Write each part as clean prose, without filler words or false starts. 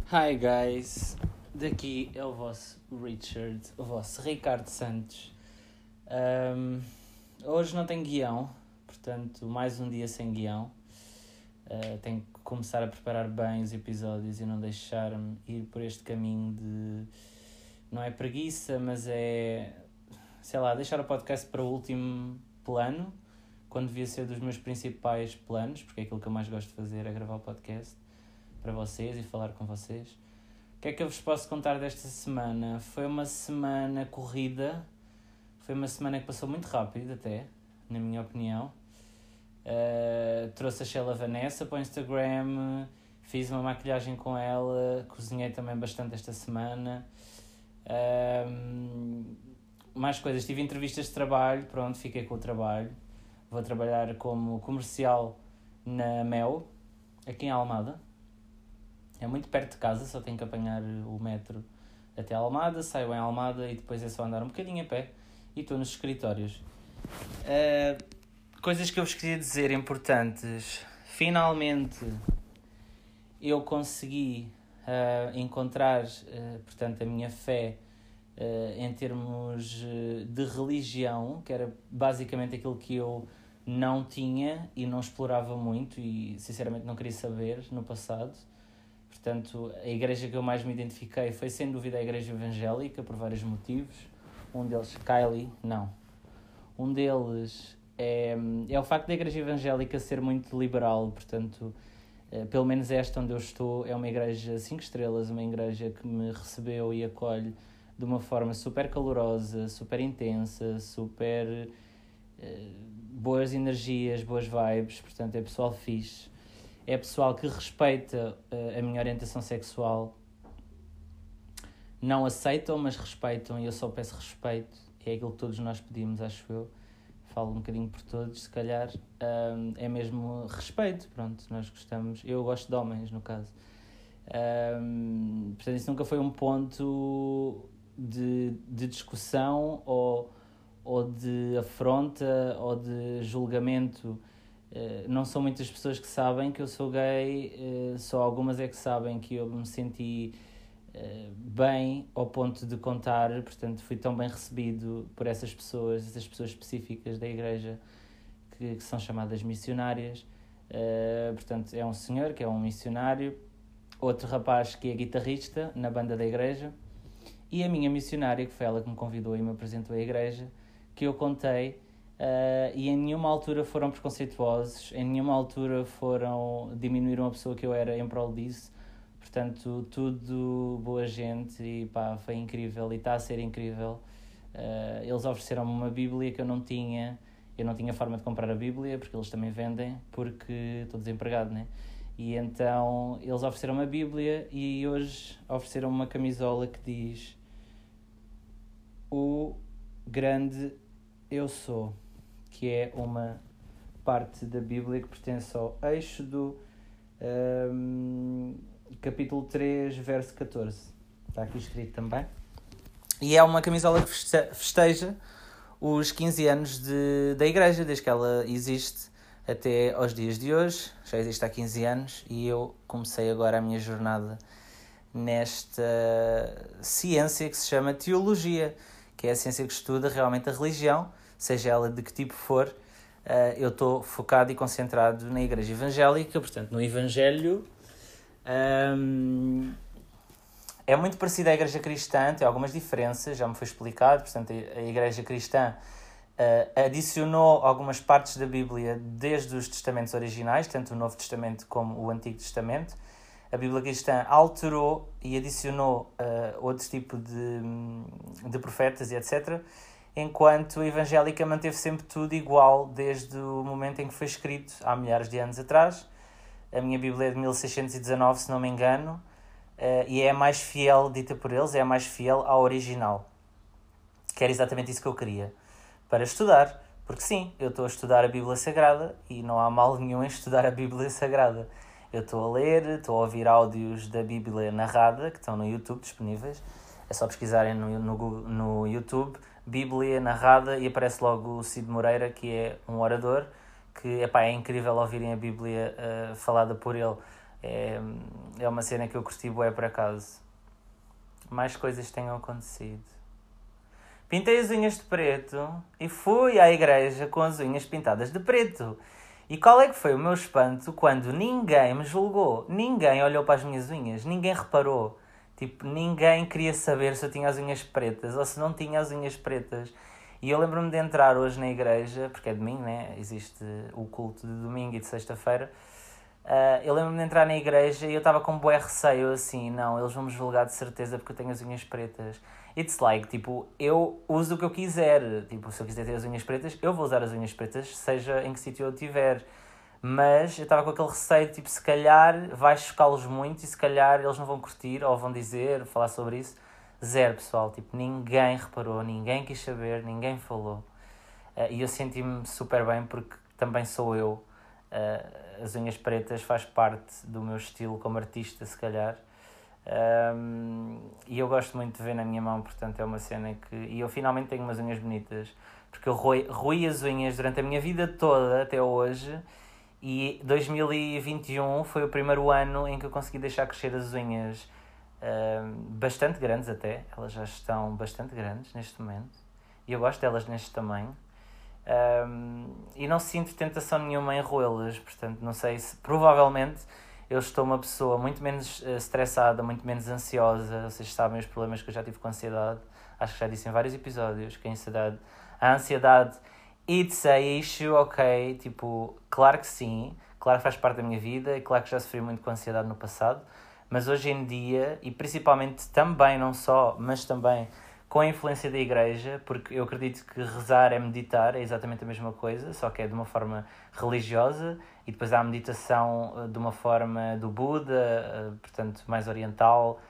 Hi guys, daqui é o vosso Richard, o vosso Ricardo Santos. Hoje não tenho guião, portanto mais um dia sem guião. Tenho que começar a preparar bem os episódios e não deixar-me ir por este caminho de... Não é preguiça, mas é... Sei lá, deixar o podcast para o último plano, quando devia ser dos meus principais planos, porque é aquilo que eu mais gosto de fazer, é gravar o podcast para vocês e falar com vocês. O que é que eu vos posso contar desta semana? Foi uma semana corrida, foi uma semana que passou muito rápido até, na minha opinião. Trouxe a Sheila Vanessa para o Instagram, fiz uma maquilhagem com ela, cozinhei também bastante esta semana. Mais coisas, tive entrevistas de trabalho, pronto, fiquei com o trabalho. Vou trabalhar como comercial na Mel, aqui em Almada. É muito perto de casa, só tenho que apanhar o metro até Almada, saio em Almada e depois é só andar um bocadinho a pé e estou nos escritórios. Coisas que eu vos queria dizer importantes. Finalmente eu consegui encontrar portanto, a minha fé em termos de religião, que era basicamente aquilo que eu não tinha e não explorava muito e sinceramente não queria saber no passado. Portanto, a igreja que eu mais me identifiquei foi sem dúvida a igreja evangélica, por vários motivos. Um deles é o facto da igreja evangélica ser muito liberal, portanto, pelo menos esta onde eu estou é uma igreja 5 estrelas, uma igreja que me recebeu e acolhe de uma forma super calorosa, super intensa, super boas energias, boas vibes, portanto é pessoal fixe. É pessoal que respeita a minha orientação sexual. Não aceitam, mas respeitam, e eu só peço respeito. É aquilo que todos nós pedimos, acho eu. Falo um bocadinho por todos, se calhar. É mesmo respeito, pronto, nós gostamos. Eu gosto de homens, no caso. Portanto, isso nunca foi um ponto de discussão ou de afronta ou de julgamento. Não são muitas pessoas que sabem que eu sou gay, só algumas é que sabem que eu me senti bem ao ponto de contar, portanto fui tão bem recebido por essas pessoas específicas da igreja que são chamadas missionárias. Portanto é um senhor que é um missionário, outro rapaz que é guitarrista na banda da igreja e a minha missionária, que foi ela que me convidou e me apresentou à igreja, que eu contei. E em nenhuma altura foram preconceituosos, em nenhuma altura diminuíram a pessoa que eu era em prol disso. Portanto, tudo boa gente e pá, foi incrível e está a ser incrível. Eles ofereceram-me uma Bíblia que eu não tinha forma de comprar a Bíblia, porque eles também vendem, porque estou desempregado, né? E então eles ofereceram-me a Bíblia e hoje ofereceram-me uma camisola que diz: O grande eu sou, que é uma parte da Bíblia que pertence ao Êxodo, capítulo 3, verso 14. Está aqui escrito também. E é uma camisola que festeja os 15 anos da igreja, desde que ela existe até aos dias de hoje. Já existe há 15 anos e eu comecei agora a minha jornada nesta ciência que se chama teologia, que é a ciência que estuda realmente a religião, seja ela de que tipo for. Eu estou focado e concentrado na igreja evangélica, portanto no evangelho. É muito parecido à igreja cristã, tem algumas diferenças, já me foi explicado. Portanto, a igreja cristã adicionou algumas partes da Bíblia desde os testamentos originais, tanto o Novo Testamento como o Antigo Testamento. A Bíblia cristã alterou e adicionou outro tipo de profetas e etc., enquanto a evangélica manteve sempre tudo igual desde o momento em que foi escrito, há milhares de anos atrás. A minha Bíblia é de 1619, se não me engano, e é a mais fiel, dita por eles, é a mais fiel ao original. Que era exatamente isso que eu queria para estudar, porque sim, eu estou a estudar a Bíblia Sagrada e não há mal nenhum em estudar a Bíblia Sagrada. Eu estou a ler, estou a ouvir áudios da Bíblia narrada, que estão no YouTube disponíveis. É só pesquisarem no YouTube Bíblia narrada e aparece logo o Cid Moreira, que é um orador, que é incrível ouvirem a Bíblia falada por ele É uma cena que eu curti bué por acaso. Mais coisas tenham acontecido. Pintei as unhas de preto e fui à igreja com as unhas pintadas de preto. E qual é que foi o meu espanto quando ninguém me julgou? Ninguém olhou para as minhas unhas, ninguém reparou. Tipo, ninguém queria saber se eu tinha as unhas pretas ou se não tinha as unhas pretas. E eu lembro-me de entrar hoje na igreja, porque é domingo, né? Existe o culto de domingo e de sexta-feira. Eu lembro-me de entrar na igreja e eu estava com bué receio, assim, não, eles vão me julgar de certeza porque eu tenho as unhas pretas. It's like, tipo, eu uso o que eu quiser. Tipo, se eu quiser ter as unhas pretas, eu vou usar as unhas pretas, seja em que sítio eu estiver. Mas eu estava com aquele receio, tipo, se calhar vai chocá-los muito e se calhar eles não vão curtir ou vão dizer, falar sobre isso. Zero, pessoal, tipo, ninguém reparou, ninguém quis saber, ninguém falou. E eu senti-me super bem porque também sou eu. As unhas pretas faz parte do meu estilo como artista, se calhar. E eu gosto muito de ver na minha mão, portanto é uma cena que... E eu finalmente tenho umas unhas bonitas, porque eu roí as unhas durante a minha vida toda, até hoje, e 2021 foi o primeiro ano em que eu consegui deixar crescer as unhas bastante grandes até, elas já estão bastante grandes neste momento, e eu gosto delas neste tamanho. E não sinto tentação nenhuma em roê-las, portanto não sei se... Provavelmente eu estou uma pessoa muito menos estressada, muito menos ansiosa. Vocês sabem os problemas que eu já tive com ansiedade. Acho que já disse em vários episódios que a ansiedade it's a issue, ok? Tipo, claro que sim, claro que faz parte da minha vida e claro que já sofri muito com ansiedade no passado, mas hoje em dia, e principalmente também, não só, mas também com a influência da igreja, porque eu acredito que rezar é meditar, é exatamente a mesma coisa, só que é de uma forma religiosa, e depois há a meditação de uma forma do Buda, portanto mais oriental.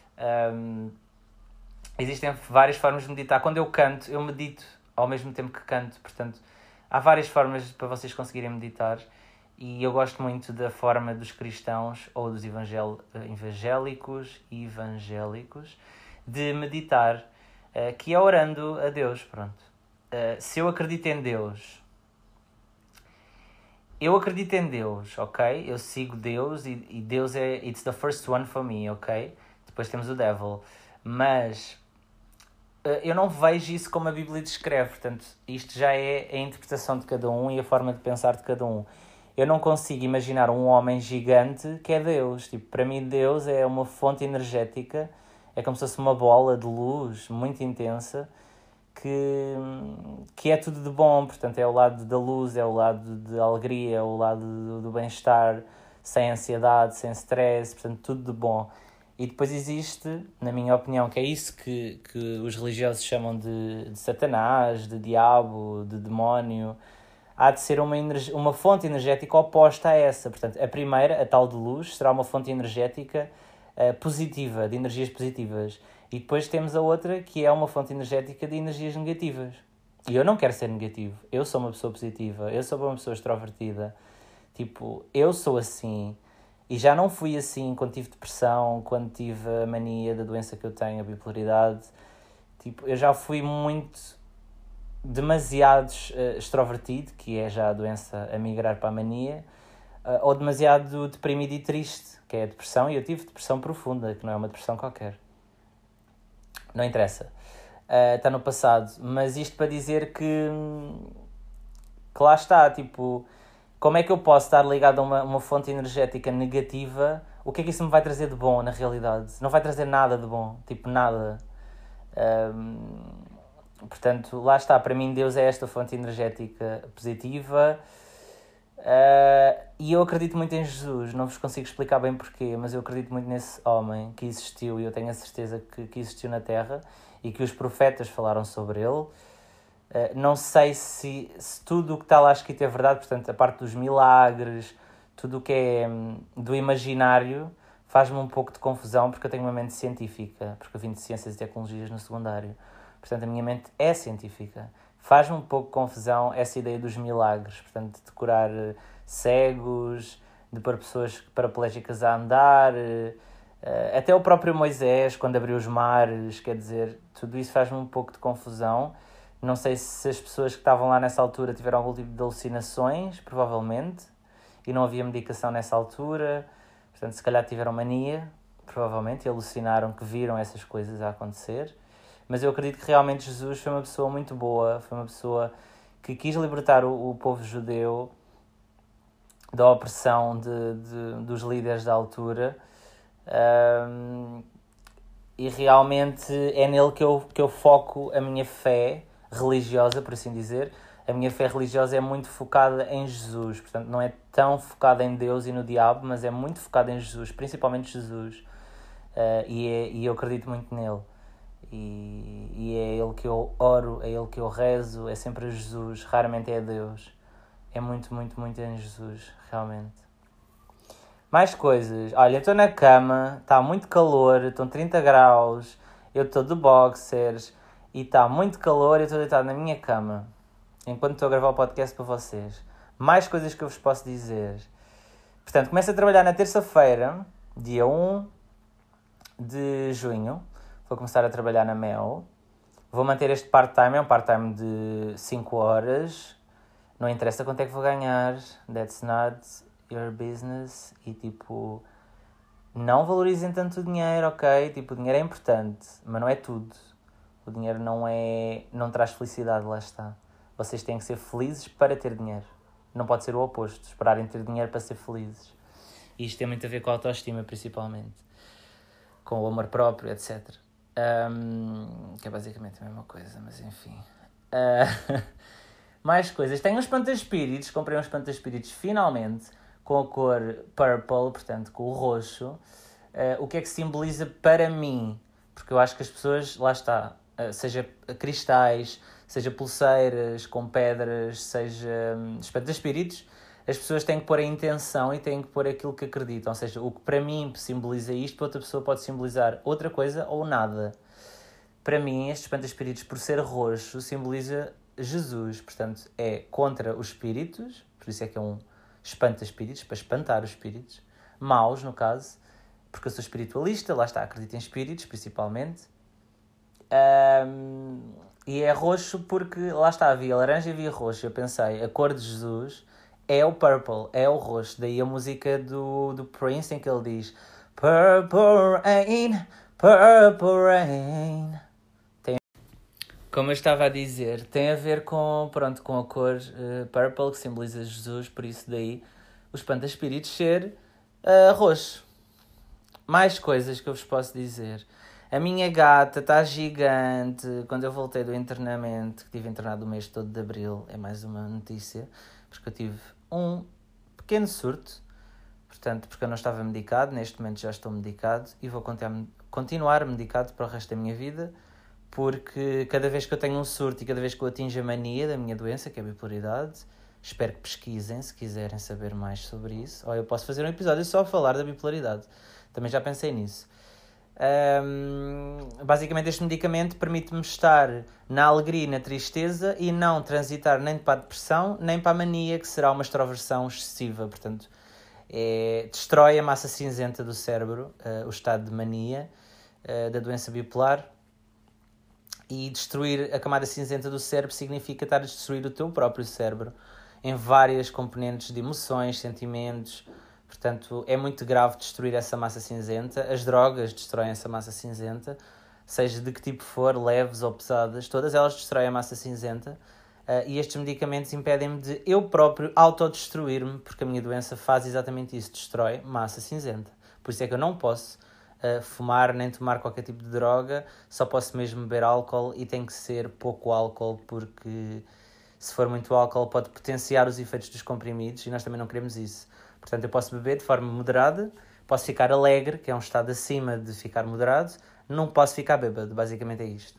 Existem várias formas de meditar. Quando eu canto, eu medito ao mesmo tempo que canto, portanto há várias formas para vocês conseguirem meditar, e eu gosto muito da forma dos cristãos ou dos evangélicos de meditar, que é orando a Deus, pronto. Se eu acredito em Deus, ok? Eu sigo Deus e Deus it's the first one for me, ok? Depois temos o devil. Mas eu não vejo isso como a Bíblia descreve, portanto, isto já é a interpretação de cada um e a forma de pensar de cada um. Eu não consigo imaginar um homem gigante que é Deus. Tipo, para mim Deus é uma fonte energética, é como se fosse uma bola de luz muito intensa que é tudo de bom, portanto é o lado da luz, é o lado da alegria, é o lado do bem-estar, sem ansiedade, sem stress, portanto tudo de bom. E depois existe, na minha opinião, que é isso que os religiosos chamam de Satanás, de diabo, de demónio. Há de ser uma fonte energética oposta a essa. Portanto, a primeira, a tal de luz, será uma fonte energética positiva, de energias positivas. E depois temos a outra, que é uma fonte energética de energias negativas. E eu não quero ser negativo. Eu sou uma pessoa positiva. Eu sou uma pessoa extrovertida. Tipo, eu sou assim. E já não fui assim quando tive depressão, quando tive a mania da doença que eu tenho, a bipolaridade. Tipo, eu já fui demasiado extrovertido, que é já a doença a migrar para a mania, ou demasiado deprimido e triste, que é a depressão, e eu tive depressão profunda, que não é uma depressão qualquer. Não interessa. Está no passado. Mas isto para dizer que lá está, tipo, como é que eu posso estar ligado a uma fonte energética negativa? O que é que isso me vai trazer de bom, na realidade? Não vai trazer nada de bom, tipo, nada. Portanto, lá está, para mim Deus é esta fonte energética positiva, e eu acredito muito em Jesus. Não vos consigo explicar bem porquê, mas eu acredito muito nesse homem que existiu, e eu tenho a certeza que existiu na Terra e que os profetas falaram sobre ele. Não sei se tudo o que está lá escrito é verdade, portanto a parte dos milagres, tudo o que é do imaginário faz-me um pouco de confusão, porque eu tenho uma mente científica, porque eu vim de Ciências e Tecnologias no secundário. Portanto, a minha mente é científica. Faz-me um pouco de confusão essa ideia dos milagres. Portanto, de curar cegos, de pôr pessoas paraplégicas a andar, até o próprio Moisés, quando abriu os mares, quer dizer, tudo isso faz-me um pouco de confusão. Não sei se as pessoas que estavam lá nessa altura tiveram algum tipo de alucinações, provavelmente, e não havia medicação nessa altura. Portanto, Portanto, se calhar tiveram mania, provavelmente, e alucinaram que viram essas coisas a acontecer. Mas eu acredito que realmente Jesus foi uma pessoa muito boa, foi uma pessoa que quis libertar o povo judeu da opressão dos líderes da altura. E realmente é nele que eu foco a minha fé religiosa, por assim dizer. A minha fé religiosa é muito focada em Jesus, portanto não é tão focada em Deus e no diabo, mas é muito focada em Jesus, principalmente Jesus. E eu acredito muito nele. E é ele que eu oro, é ele que eu rezo, é sempre a Jesus, raramente é a Deus. É muito, muito, muito em Jesus, realmente. Mais coisas. Olha, eu estou na cama, está muito calor, estão 30 graus, eu estou de boxers e está muito calor e eu estou deitado na minha cama enquanto estou a gravar o podcast para vocês. Mais coisas que eu vos posso dizer. Portanto, começo a trabalhar na terça-feira, dia 1 de junho. Vou começar a trabalhar na Mel. Vou manter este part-time, é um part-time de 5 horas. Não interessa quanto é que vou ganhar. That's not your business. E tipo, não valorizem tanto o dinheiro, ok? Tipo, o dinheiro é importante, mas não é tudo. O dinheiro não traz felicidade, lá está. Vocês têm que ser felizes para ter dinheiro. Não pode ser o oposto, esperarem ter dinheiro para ser felizes. E isto tem muito a ver com a autoestima, principalmente. Com o amor próprio, etc. Que é basicamente a mesma coisa, mas enfim. Mais coisas. Tenho uns espíritos, comprei uns espíritos finalmente, com a cor purple, portanto com o roxo. O que é que simboliza para mim? Porque eu acho que as pessoas, lá está, seja cristais, seja pulseiras com pedras, seja espíritos, as pessoas têm que pôr a intenção e têm que pôr aquilo que acreditam. Ou seja, o que para mim simboliza isto, para outra pessoa pode simbolizar outra coisa ou nada. Para mim, este espírito, por ser roxo, simboliza Jesus. Portanto, é contra os espíritos, por isso é que é um espíritos, para espantar os espíritos, maus, no caso, porque eu sou espiritualista, lá está, acredito em espíritos, principalmente. E é roxo porque, lá está, havia laranja e havia roxo. Eu pensei, a cor de Jesus é o purple, é o roxo. Daí a música do Prince em que ele diz Purple Rain, Purple Rain. Como eu estava a dizer, tem a ver com a cor purple, que simboliza Jesus, por isso daí o espanta-espíritos ser roxo. Mais coisas que eu vos posso dizer. A minha gata está gigante. Quando eu voltei do internamento, que estive internado o mês todo de abril, é mais uma notícia, porque eu tive um pequeno surto, portanto, porque eu não estava medicado, neste momento já estou medicado e vou continuar medicado para o resto da minha vida, porque cada vez que eu tenho um surto e cada vez que eu atinjo a mania da minha doença, que é a bipolaridade, espero que pesquisem se quiserem saber mais sobre isso, ou eu posso fazer um episódio só a falar da bipolaridade, também já pensei nisso. Basicamente este medicamento permite-me estar na alegria e na tristeza e não transitar nem para a depressão nem para a mania, que será uma extroversão excessiva. Portanto, destrói a massa cinzenta do cérebro, o estado de mania da doença bipolar. E destruir a camada cinzenta do cérebro significa estar a destruir o teu próprio cérebro em várias componentes de emoções, sentimentos. Portanto, é muito grave destruir essa massa cinzenta. As drogas destroem essa massa cinzenta, seja de que tipo for, leves ou pesadas, todas elas destroem a massa cinzenta. E estes medicamentos impedem-me de eu próprio autodestruir-me, porque a minha doença faz exatamente isso, destrói massa cinzenta. Por isso é que eu não posso fumar nem tomar qualquer tipo de droga, só posso mesmo beber álcool e tem que ser pouco álcool, porque se for muito álcool pode potenciar os efeitos dos comprimidos e nós também não queremos isso. Portanto, eu posso beber de forma moderada, posso ficar alegre, que é um estado acima de ficar moderado, não posso ficar bêbado, basicamente é isto.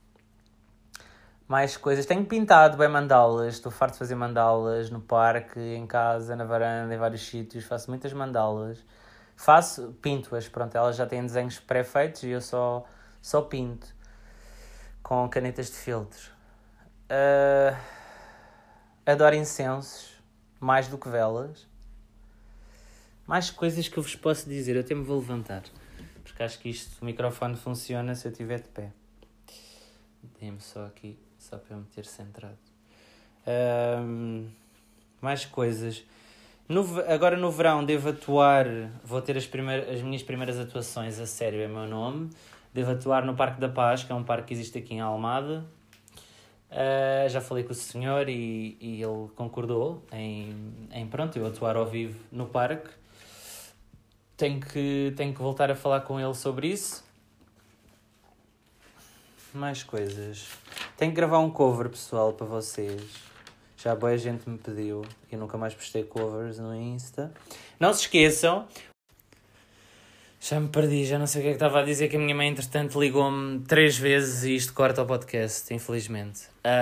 Mais coisas, tenho pintado bem mandalas, estou farto de fazer mandalas no parque, em casa, na varanda, em vários sítios, faço muitas mandalas. Pinto-as, pronto, elas já têm desenhos pré-feitos e eu só pinto com canetas de filtro. Adoro incensos, mais do que velas. Mais coisas que eu vos posso dizer, eu até me vou levantar, porque acho que o microfone funciona se eu estiver de pé. Deem-me só aqui, só para eu me ter centrado. Mais coisas. Agora no verão devo atuar, vou ter as minhas primeiras atuações a sério em meu nome. Devo atuar no Parque da Paz, que é um parque que existe aqui em Almada. Já falei com o senhor e ele concordou em pronto, eu atuar ao vivo no parque. Tenho que voltar a falar com ele sobre isso. Mais coisas. Tenho que gravar um cover, pessoal, para vocês. Já boa gente me pediu e nunca mais postei covers no Insta. Não se esqueçam. Já me perdi, já não sei o que é que estava a dizer, que a minha mãe, entretanto, ligou-me 3 vezes e isto corta o podcast, infelizmente.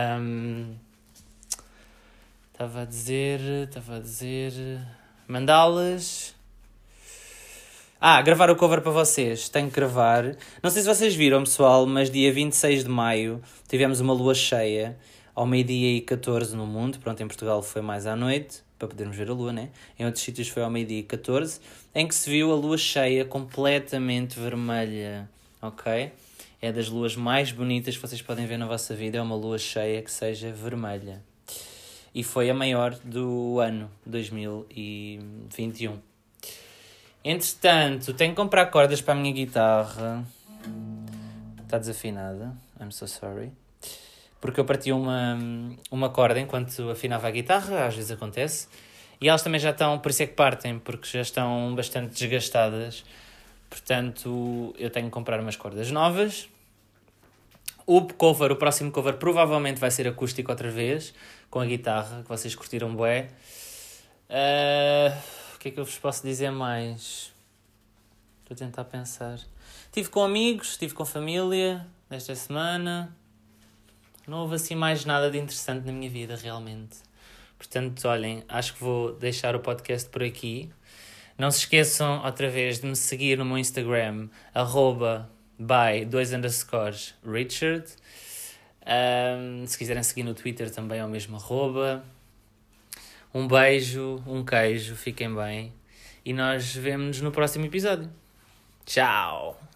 Estava a dizer... Mandá-las... gravar o cover para vocês. Tenho que gravar. Não sei se vocês viram, pessoal, mas dia 26 de maio tivemos uma lua cheia ao 12h14 no mundo. Pronto, em Portugal foi mais à noite, para podermos ver a lua, né? Em outros sítios foi ao 12h14, em que se viu a lua cheia completamente vermelha, ok? É das luas mais bonitas que vocês podem ver na vossa vida, é uma lua cheia que seja vermelha. E foi a maior do ano 2021. Entretanto, tenho que comprar cordas para a minha guitarra. Está desafinada, I'm so sorry. Porque eu parti uma corda enquanto afinava a guitarra, às vezes acontece. E elas também já estão, por isso é que partem, porque já estão bastante desgastadas. Portanto, eu tenho que comprar umas cordas novas. O próximo cover provavelmente vai ser acústico outra vez, com a guitarra, que vocês curtiram bué. O que é que eu vos posso dizer mais? Estou a tentar pensar. Estive com amigos, estive com família esta semana. Não houve assim mais nada de interessante na minha vida, realmente. Portanto, olhem, acho que vou deixar o podcast por aqui. Não se esqueçam, outra vez, de me seguir no meu Instagram, @by_Richard. Se quiserem seguir no Twitter também é o mesmo @. Um beijo, um queijo, fiquem bem. E nós vemo-nos no próximo episódio. Tchau!